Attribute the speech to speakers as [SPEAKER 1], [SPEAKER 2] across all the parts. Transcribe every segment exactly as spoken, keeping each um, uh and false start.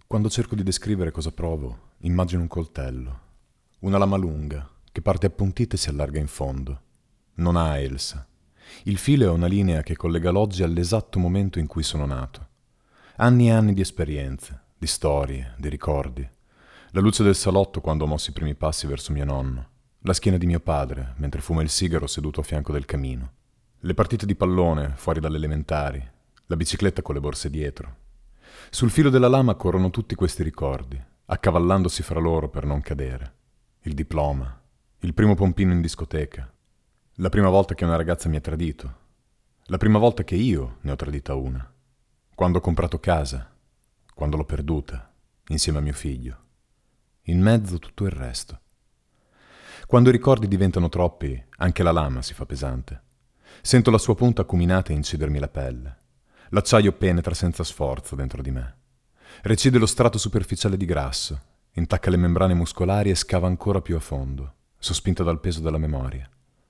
[SPEAKER 1] Quando cerco di descrivere cosa provo, immagino un coltello, una lama lunga che parte appuntita e si allarga in fondo. Non ha elsa. Il filo è una linea che collega l'oggi all'esatto momento in cui sono nato. Anni e anni di esperienze, di storie, di ricordi. La luce del salotto quando ho mosso i primi passi verso mio nonno. La schiena di mio padre mentre fuma il sigaro seduto a fianco del camino. Le partite di pallone fuori dalle elementari. La bicicletta con le borse dietro. Sul filo della lama corrono tutti questi ricordi, accavallandosi fra loro per non cadere. Il diploma, il primo pompino in discoteca, la prima volta che una ragazza mi ha tradito, la prima volta che io ne ho tradita una, quando ho comprato casa, quando l'ho perduta, insieme a mio figlio. In mezzo tutto il resto. Quando i ricordi diventano troppi, anche la lama si fa pesante. Sento la sua punta acuminata incidermi la pelle. L'acciaio penetra senza sforzo dentro di me. Recide lo strato superficiale di grasso, intacca le membrane muscolari e scava ancora più a fondo, sospinta dal peso della memoria.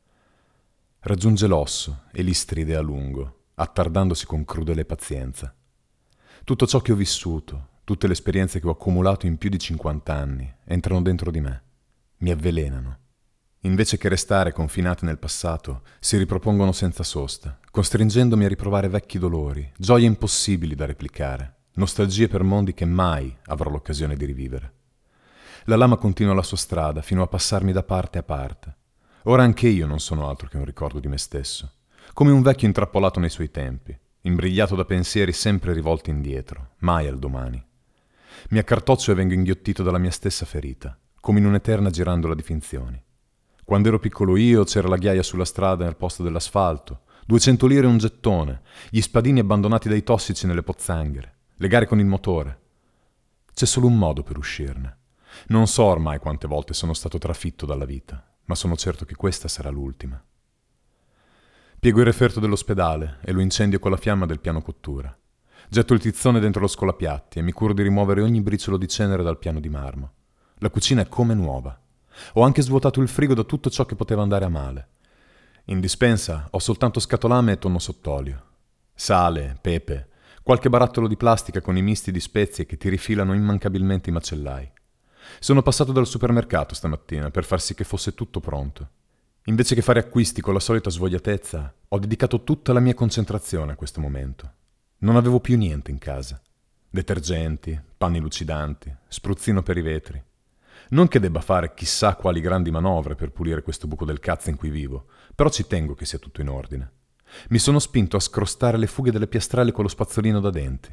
[SPEAKER 1] Raggiunge l'osso e li stride a lungo, attardandosi con crudele pazienza. Tutto ciò che ho vissuto, tutte le esperienze che ho accumulato in più di cinquanta anni, entrano dentro di me, mi avvelenano. Invece che restare confinate nel passato, si ripropongono senza sosta, costringendomi a riprovare vecchi dolori, gioie impossibili da replicare, nostalgie per mondi che mai avrò l'occasione di rivivere. La lama continua la sua strada fino a passarmi da parte a parte. Ora anche io non sono altro che un ricordo di me stesso, come un vecchio intrappolato nei suoi tempi, imbrigliato da pensieri sempre rivolti indietro, mai al domani. Mi accartoccio e vengo inghiottito dalla mia stessa ferita, come in un'eterna girandola di finzioni. Quando ero piccolo io c'era la ghiaia sulla strada al posto dell'asfalto, duecento lire e un gettone, gli spadini abbandonati dai tossici nelle pozzanghere, le gare con il motore. C'è solo un modo per uscirne. Non so ormai quante volte sono stato trafitto dalla vita, ma sono certo che questa sarà l'ultima. Piego il referto dell'ospedale e lo incendio con la fiamma del piano cottura. Getto il tizzone dentro lo scolapiatti e mi curo di rimuovere ogni briciolo di cenere dal piano di marmo. La cucina è come nuova. Ho anche svuotato il frigo da tutto ciò che poteva andare a male. In dispensa ho soltanto scatolame e tonno sott'olio. Sale, pepe, qualche barattolo di plastica con i misti di spezie che ti rifilano immancabilmente i macellai. Sono passato dal supermercato stamattina per far sì che fosse tutto pronto. Invece che fare acquisti con la solita svogliatezza, ho dedicato tutta la mia concentrazione a questo momento. Non avevo più niente in casa. Detergenti, panni lucidanti, spruzzino per i vetri. Non che debba fare chissà quali grandi manovre per pulire questo buco del cazzo in cui vivo, però ci tengo che sia tutto in ordine. Mi sono spinto a scrostare le fughe delle piastrelle con lo spazzolino da denti.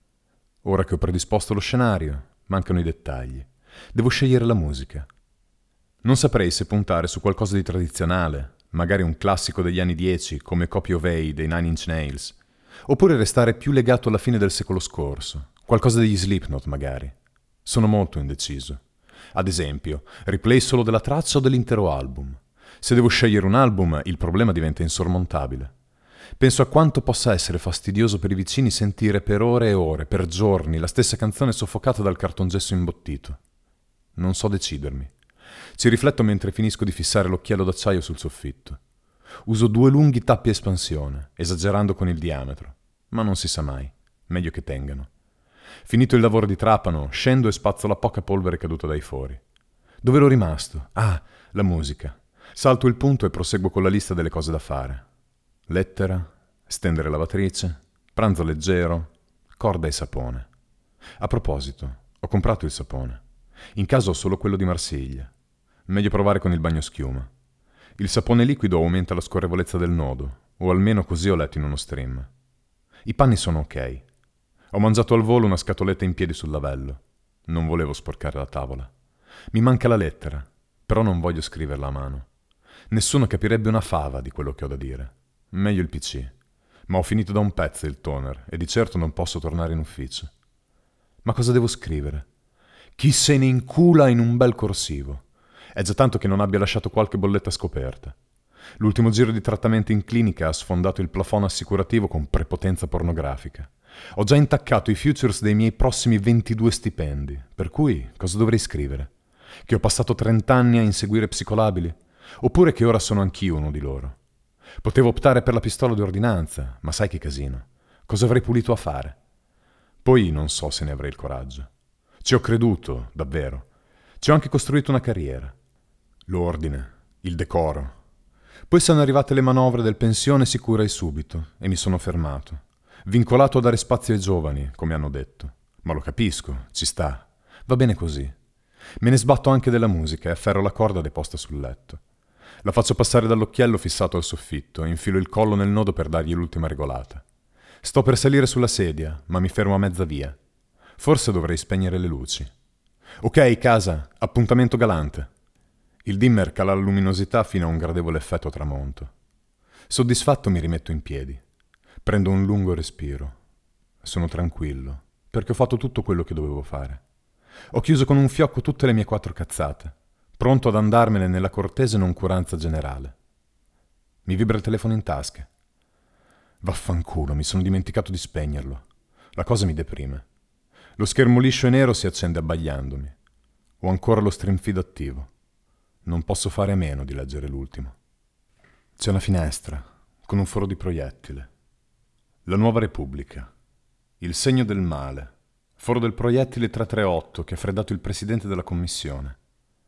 [SPEAKER 1] Ora che ho predisposto lo scenario, mancano i dettagli. Devo scegliere la musica. Non saprei se puntare su qualcosa di tradizionale, magari un classico degli anni dieci come Copy of A dei Nine Inch Nails, oppure restare più legato alla fine del secolo scorso, qualcosa degli Slipknot magari. Sono molto indeciso. Ad esempio, replay solo della traccia o dell'intero album. Se devo scegliere un album, il problema diventa insormontabile. Penso a quanto possa essere fastidioso per i vicini sentire per ore e ore, per giorni, la stessa canzone soffocata dal cartongesso imbottito. Non so decidermi. Ci rifletto mentre finisco di fissare l'occhiello d'acciaio sul soffitto. Uso due lunghi tappi a espansione, esagerando con il diametro, ma non si sa mai. Meglio che tengano. Finito il lavoro di trapano, scendo e spazzo la poca polvere caduta dai fori. Dove ero rimasto? Ah, la musica. Salto il punto e proseguo con la lista delle cose da fare. Lettera, stendere lavatrice, pranzo leggero, corda e sapone. A proposito, ho comprato il sapone. In casa ho solo quello di Marsiglia. Meglio provare con il bagnoschiuma. Il sapone liquido aumenta la scorrevolezza del nodo, o almeno così ho letto in uno stream. I panni sono ok. Ho mangiato al volo una scatoletta in piedi sul lavello. Non volevo sporcare la tavola. Mi manca la lettera, però non voglio scriverla a mano. Nessuno capirebbe una fava di quello che ho da dire. Meglio il P C. Ma ho finito da un pezzo il toner e di certo non posso tornare in ufficio. Ma cosa devo scrivere? Chi se ne incula in un bel corsivo. È già tanto che non abbia lasciato qualche bolletta scoperta. L'ultimo giro di trattamento in clinica ha sfondato il plafond assicurativo con prepotenza pornografica. Ho già intaccato i futures dei miei prossimi ventidue stipendi, per cui cosa dovrei scrivere? Che ho passato trent'anni a inseguire psicolabili? Oppure che ora sono anch'io uno di loro? Potevo optare per la pistola di ordinanza, ma sai che casino. Cosa avrei pulito a fare? Poi non so se ne avrei il coraggio. Ci ho creduto, davvero. Ci ho anche costruito una carriera. L'ordine, il decoro. Poi sono arrivate le manovre del pensione sicura e subito e mi sono fermato. Vincolato a dare spazio ai giovani, come hanno detto. Ma lo capisco, ci sta. Va bene così. Me ne sbatto anche della musica e afferro la corda deposta sul letto. La faccio passare dall'occhiello fissato al soffitto e infilo il collo nel nodo per dargli l'ultima regolata. Sto per salire sulla sedia, ma mi fermo a mezza via. Forse dovrei spegnere le luci. Ok, casa, appuntamento galante. Il dimmer cala la luminosità fino a un gradevole effetto tramonto. Soddisfatto mi rimetto in piedi. Prendo un lungo respiro. Sono tranquillo, perché ho fatto tutto quello che dovevo fare. Ho chiuso con un fiocco tutte le mie quattro cazzate, pronto ad andarmene nella cortese noncuranza generale. Mi vibra il telefono in tasca. Vaffanculo, mi sono dimenticato di spegnerlo. La cosa mi deprime. Lo schermo liscio e nero si accende abbagliandomi. Ho ancora lo stream feed attivo. Non posso fare a meno di leggere l'ultimo. C'è una finestra, con un foro di proiettile. La Nuova Repubblica. Il segno del male. Foro del proiettile trecentotrentotto che ha freddato il presidente della commissione.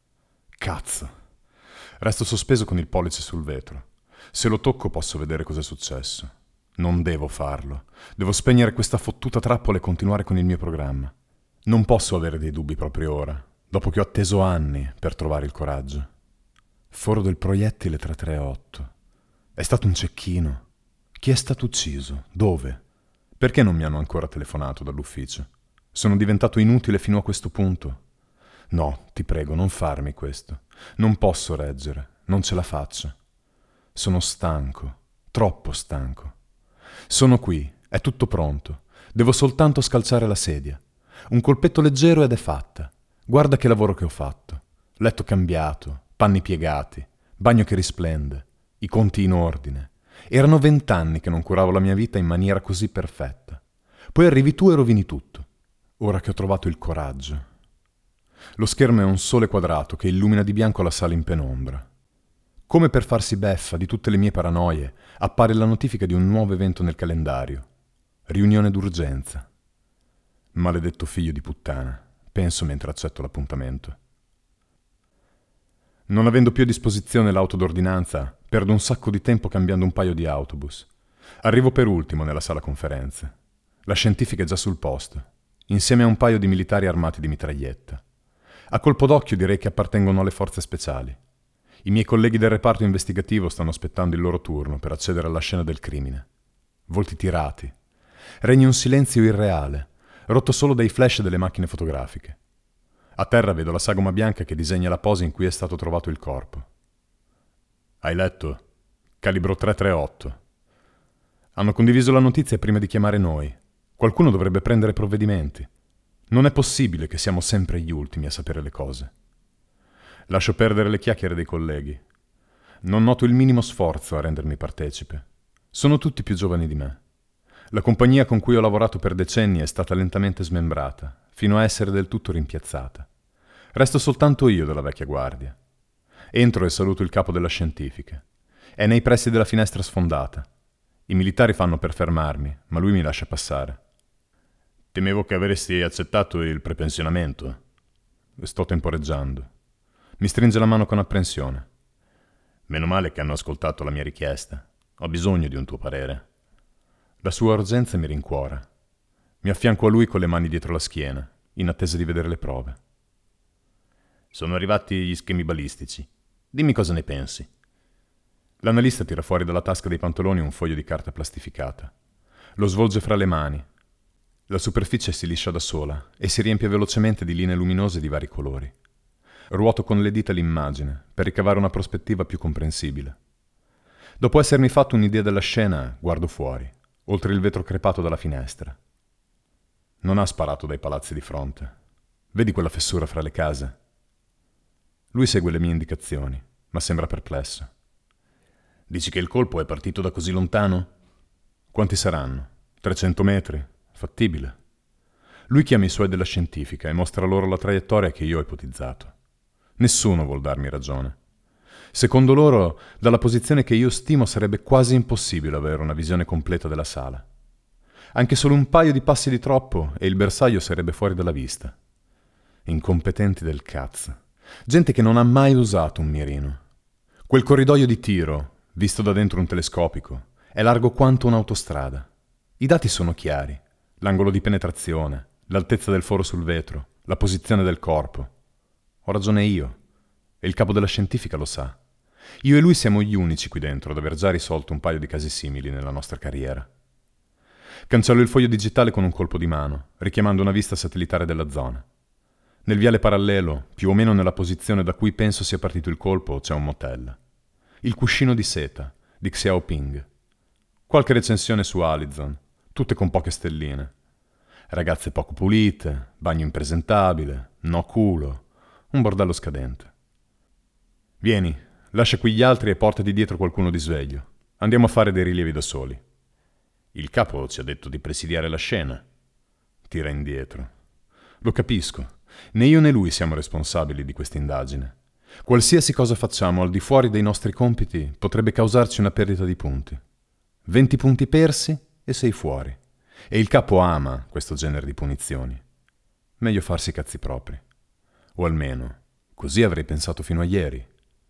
[SPEAKER 1] Cazzo. Resto sospeso con il pollice sul vetro. Se lo tocco posso vedere cosa è successo. Non devo farlo. Devo spegnere questa fottuta trappola e continuare con il mio programma. Non posso avere dei dubbi proprio ora, dopo che ho atteso anni per trovare il coraggio. Foro del proiettile trecentotrentotto. È stato un cecchino. Chi è stato ucciso? Dove? Perché non mi hanno ancora telefonato dall'ufficio? Sono diventato inutile fino a questo punto? No, ti prego, non farmi questo. Non posso reggere, non ce la faccio. Sono stanco, troppo stanco. Sono qui, è tutto pronto. Devo soltanto scalciare la sedia. Un colpetto leggero ed è fatta. Guarda che lavoro che ho fatto. Letto cambiato, panni piegati, bagno che risplende, i conti in ordine. Erano vent'anni che non curavo la mia vita in maniera così perfetta. Poi arrivi tu e rovini tutto. Ora che ho trovato il coraggio. Lo schermo è un sole quadrato che illumina di bianco la sala in penombra. Come per farsi beffa di tutte le mie paranoie, appare la notifica di un nuovo evento nel calendario. Riunione d'urgenza. Maledetto figlio di puttana, penso mentre accetto l'appuntamento. Non avendo più a disposizione l'auto d'ordinanza, perdo un sacco di tempo cambiando un paio di autobus. Arrivo per ultimo nella sala conferenze. La scientifica è già sul posto, insieme a un paio di militari armati di mitraglietta. A colpo d'occhio direi che appartengono alle forze speciali. I miei colleghi del reparto investigativo stanno aspettando il loro turno per accedere alla scena del crimine. Volti tirati. Regna un silenzio irreale, rotto solo dai flash delle macchine fotografiche. A terra vedo la sagoma bianca che disegna la pose in cui è stato trovato il corpo. Hai letto? Calibro trecentotrentotto. Hanno condiviso la notizia prima di chiamare noi. Qualcuno dovrebbe prendere provvedimenti. Non è possibile che siamo sempre gli ultimi a sapere le cose. Lascio perdere le chiacchiere dei colleghi. Non noto il minimo sforzo a rendermi partecipe. Sono tutti più giovani di me. La compagnia con cui ho lavorato per decenni è stata lentamente smembrata, fino a essere del tutto rimpiazzata. Resto soltanto io della vecchia guardia. Entro e saluto il capo della scientifica. È nei pressi della finestra sfondata. I militari fanno per fermarmi, ma lui mi lascia passare. Temevo che avresti accettato il prepensionamento. Sto temporeggiando. Mi stringe la mano con apprensione. Meno male che hanno ascoltato la mia richiesta. Ho bisogno di un tuo parere. La sua urgenza mi rincuora. Mi affianco a lui con le mani dietro la schiena, in attesa di vedere le prove. Sono arrivati gli schemi balistici. Dimmi cosa ne pensi. L'analista tira fuori dalla tasca dei pantaloni un foglio di carta plastificata. Lo svolge fra le mani. La superficie si liscia da sola e si riempie velocemente di linee luminose di vari colori. Ruoto con le dita l'immagine per ricavare una prospettiva più comprensibile. Dopo essermi fatto un'idea della scena, guardo fuori, oltre il vetro crepato dalla finestra. Non ha sparato dai palazzi di fronte. Vedi quella fessura fra le case? Lui segue le mie indicazioni, ma sembra perplesso. Dici che il colpo è partito da così lontano? Quanti saranno? trecento metri? Fattibile. Lui chiama i suoi della scientifica e mostra loro la traiettoria che io ho ipotizzato. Nessuno vuol darmi ragione. Secondo loro, dalla posizione che io stimo sarebbe quasi impossibile avere una visione completa della sala. Anche solo un paio di passi di troppo e il bersaglio sarebbe fuori dalla vista. Incompetenti del cazzo. Gente che non ha mai usato un mirino. Quel corridoio di tiro, visto da dentro un telescopico, è largo quanto un'autostrada. I dati sono chiari. L'angolo di penetrazione, l'altezza del foro sul vetro, la posizione del corpo. Ho ragione io. E il capo della scientifica lo sa. Io e lui siamo gli unici qui dentro ad aver già risolto un paio di casi simili nella nostra carriera. Cancello il foglio digitale con un colpo di mano, richiamando una vista satellitare della zona. Nel viale parallelo, più o meno nella posizione da cui penso sia partito il colpo, c'è un motel. Il Cuscino di Seta, di Xiaoping. Qualche recensione su Alizon, tutte con poche stelline. Ragazze poco pulite, bagno impresentabile, no culo, un bordello scadente. Vieni, lascia qui gli altri e portati dietro qualcuno di sveglio. Andiamo a fare dei rilievi da soli. Il capo ci ha detto di presidiare la scena. Tira indietro. Lo capisco. Né io né lui siamo responsabili di questa indagine. Qualsiasi cosa facciamo al di fuori dei nostri compiti potrebbe causarci una perdita di punti. venti punti persi e sei fuori. E il capo ama questo genere di punizioni. Meglio farsi i cazzi propri. O almeno, così avrei pensato fino a ieri.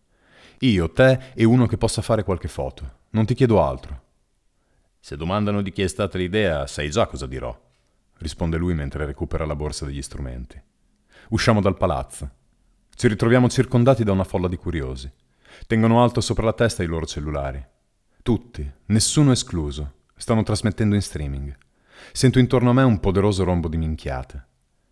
[SPEAKER 1] Io, te e uno che possa fare qualche foto. Non ti chiedo altro. Se domandano di chi è stata l'idea, sai già cosa dirò, risponde lui mentre recupera la borsa degli strumenti. Usciamo dal palazzo. Ci ritroviamo circondati da una folla di curiosi. Tengono alto sopra la testa i loro cellulari. Tutti, nessuno escluso, stanno trasmettendo in streaming. Sento intorno a me un poderoso rombo di minchiate.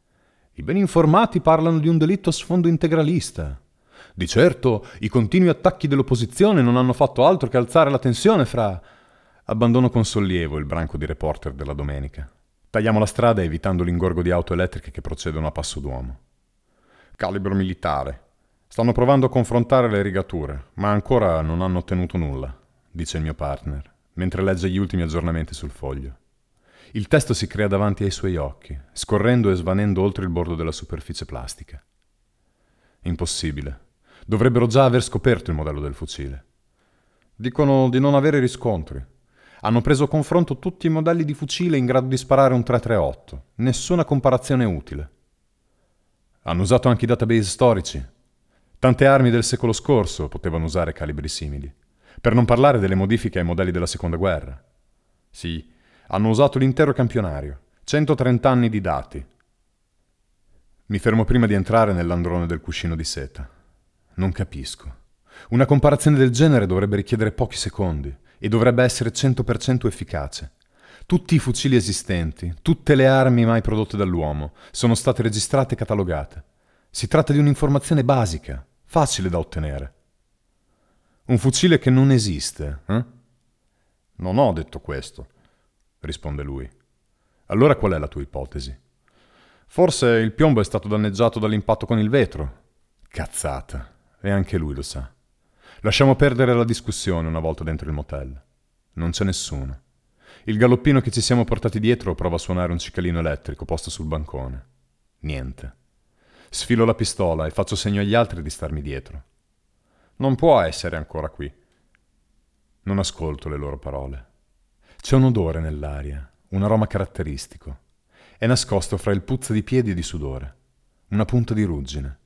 [SPEAKER 1] I ben informati parlano di un delitto a sfondo integralista. Di certo, i continui attacchi dell'opposizione non hanno fatto altro che alzare la tensione fra... Abbandono con sollievo il branco di reporter della domenica. Tagliamo la strada evitando l'ingorgo di auto elettriche che procedono a passo d'uomo. Calibro militare. Stanno provando a confrontare le rigature, ma ancora non hanno ottenuto nulla, dice il mio partner, mentre legge gli ultimi aggiornamenti sul foglio. Il testo si crea davanti ai suoi occhi, scorrendo e svanendo oltre il bordo della superficie plastica. Impossibile. Dovrebbero già aver scoperto il modello del fucile. Dicono di non avere riscontri. Hanno preso a confronto tutti i modelli di fucile in grado di sparare un tre tre otto. Nessuna comparazione utile. Hanno usato anche i database storici. Tante armi del secolo scorso potevano usare calibri simili. Per non parlare delle modifiche ai modelli della seconda guerra. Sì, hanno usato l'intero campionario. centotrenta anni di dati. Mi fermo prima di entrare nell'androne del Cuscino di Seta. Non capisco. Una comparazione del genere dovrebbe richiedere pochi secondi e dovrebbe essere cento per cento efficace. Tutti i fucili esistenti, tutte le armi mai prodotte dall'uomo sono state registrate e catalogate. Si tratta di un'informazione basica, facile da ottenere. Un fucile che non esiste, eh? Non ho detto questo, risponde lui. Allora qual è la tua ipotesi? Forse il piombo è stato danneggiato dall'impatto con il vetro. Cazzata, e anche lui lo sa. Lasciamo perdere la discussione una volta dentro il motel. Non c'è nessuno. Il galoppino che ci siamo portati dietro prova a suonare un cicalino elettrico posto sul bancone. Niente. Sfilo la pistola e faccio segno agli altri di starmi dietro. Non può essere ancora qui. Non ascolto le loro parole. C'è un odore nell'aria, un aroma caratteristico. È nascosto fra il puzzo di piedi e di sudore. Una punta di ruggine.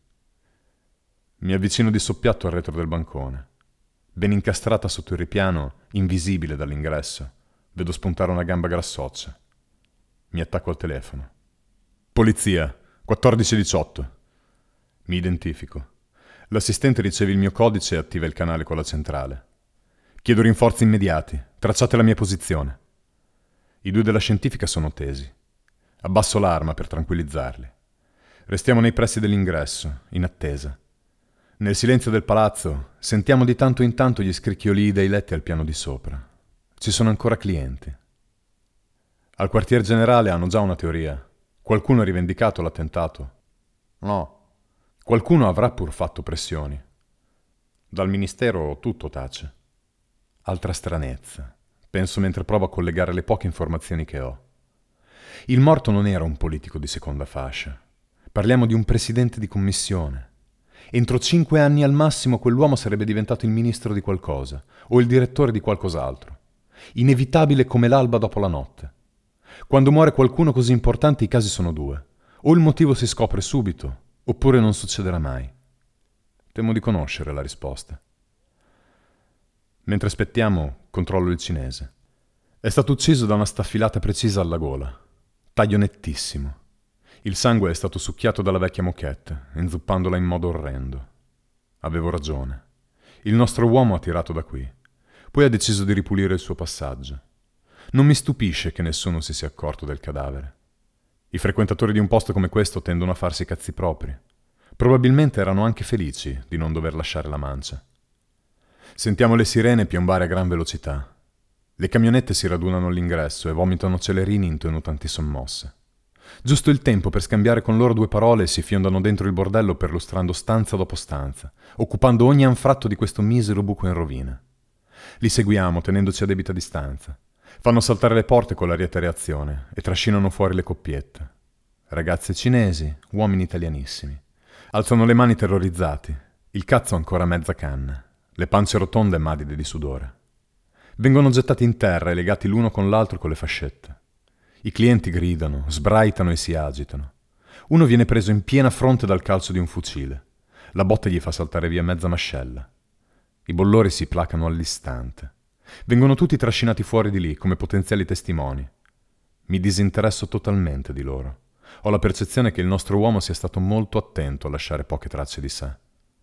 [SPEAKER 1] Mi avvicino di soppiatto al retro del bancone. Ben incastrata sotto il ripiano, invisibile dall'ingresso, vedo spuntare una gamba grassoccia. Mi attacco al telefono. Polizia, quattordici diciotto. Mi identifico. L'assistente riceve il mio codice e attiva il canale con la centrale. Chiedo rinforzi immediati. Tracciate la mia posizione. I due della scientifica sono tesi. Abbasso l'arma per tranquillizzarli. Restiamo nei pressi dell'ingresso, in attesa. Nel silenzio del palazzo sentiamo di tanto in tanto gli scricchiolii dei letti al piano di sopra. Ci sono ancora clienti. Al quartier generale hanno già una teoria. Qualcuno ha rivendicato l'attentato? No. Qualcuno avrà pur fatto pressioni. Dal ministero tutto tace. Altra stranezza. Penso mentre provo a collegare le poche informazioni che ho. Il morto non era un politico di seconda fascia. Parliamo di un presidente di commissione. Entro cinque anni al massimo quell'uomo sarebbe diventato il ministro di qualcosa o il direttore di qualcos'altro. Inevitabile come l'alba dopo la notte. Quando muore qualcuno così importante i casi sono due. O il motivo si scopre subito, Oppure non succederà mai? Temo di conoscere la risposta. Mentre aspettiamo, controllo il cinese. È stato ucciso da una staffilata precisa alla gola. Taglio nettissimo. Il sangue è stato succhiato dalla vecchia moquette, inzuppandola in modo orrendo. Avevo ragione. Il nostro uomo ha tirato da qui. Poi ha deciso di ripulire il suo passaggio. Non mi stupisce che nessuno si sia accorto del cadavere. I frequentatori di un posto come questo tendono a farsi i cazzi propri. Probabilmente erano anche felici di non dover lasciare la mancia. Sentiamo le sirene piombare a gran velocità. Le camionette si radunano all'ingresso e vomitano celerini in tenutanti sommosse. Giusto il tempo per scambiare con loro due parole e si fiondano dentro il bordello perlustrando stanza dopo stanza, occupando ogni anfratto di questo misero buco in rovina. Li seguiamo tenendoci a debita distanza. Fanno saltare le porte con l'ariete reazione e trascinano fuori le coppiette. Ragazze cinesi, uomini italianissimi. Alzano le mani terrorizzati, il cazzo ancora a mezza canna, le pance rotonde e madide di sudore. Vengono gettati in terra e legati l'uno con l'altro con le fascette. I clienti gridano, sbraitano e si agitano. Uno viene preso in piena fronte dal calcio di un fucile. La botta gli fa saltare via mezza mascella. I bollori si placano all'istante. Vengono tutti trascinati fuori di lì come potenziali testimoni. Mi disinteresso totalmente di loro. Ho la percezione che il nostro uomo sia stato molto attento a lasciare poche tracce di sé.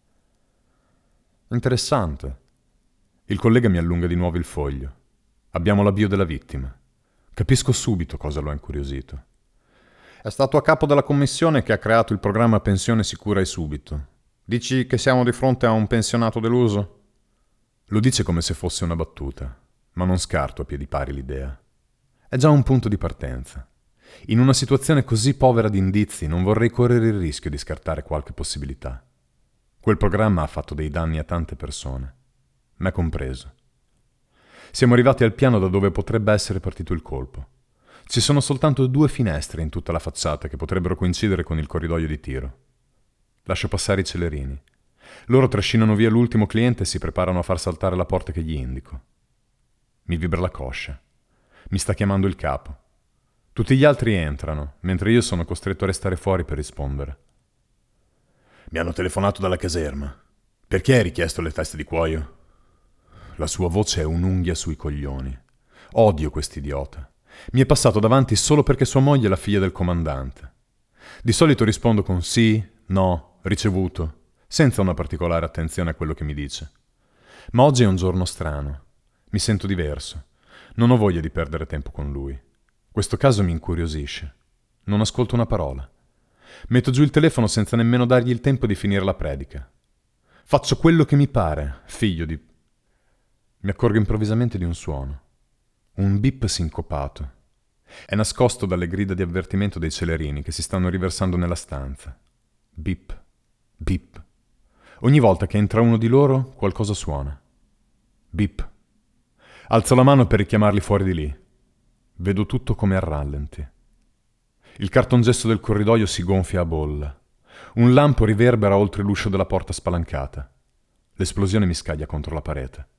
[SPEAKER 1] Interessante. Il collega mi allunga di nuovo il foglio. Abbiamo la bio della vittima. Capisco subito cosa lo ha incuriosito. È stato a capo della commissione che ha creato il programma Pensione Sicura e Subito. Dici che siamo di fronte a un pensionato deluso? Lo dice come se fosse una battuta, ma non scarto a piedi pari l'idea. È già un punto di partenza. In una situazione così povera di indizi non vorrei correre il rischio di scartare qualche possibilità. Quel programma ha fatto dei danni a tante persone, me compreso. Siamo arrivati al piano da dove potrebbe essere partito il colpo. Ci sono soltanto due finestre in tutta la facciata che potrebbero coincidere con il corridoio di tiro. Lascio passare i celerini. Loro trascinano via l'ultimo cliente e si preparano a far saltare la porta che gli indico. Mi vibra la coscia. Mi sta chiamando il capo. Tutti gli altri entrano, mentre io sono costretto a restare fuori per rispondere. Mi hanno telefonato dalla caserma. Perché hai richiesto le teste di cuoio? La sua voce è un'unghia sui coglioni. Odio quest'idiota. Mi è passato davanti solo perché sua moglie è la figlia del comandante. Di solito rispondo con sì, no, ricevuto, senza una particolare attenzione a quello che mi dice. Ma oggi è un giorno strano. Mi sento diverso. Non ho voglia di perdere tempo con lui. Questo caso mi incuriosisce. Non ascolto una parola. Metto giù il telefono senza nemmeno dargli il tempo di finire la predica. Faccio quello che mi pare, figlio di... Mi accorgo improvvisamente di un suono. Un bip sincopato. È nascosto dalle grida di avvertimento dei celerini che si stanno riversando nella stanza. Bip, bip. Ogni volta che entra uno di loro, qualcosa suona. Bip. Alzo la mano per richiamarli fuori di lì. Vedo tutto come a rallenti. Il cartongesso del corridoio si gonfia a bolla. Un lampo riverbera oltre l'uscio della porta spalancata. L'esplosione mi scaglia contro la parete.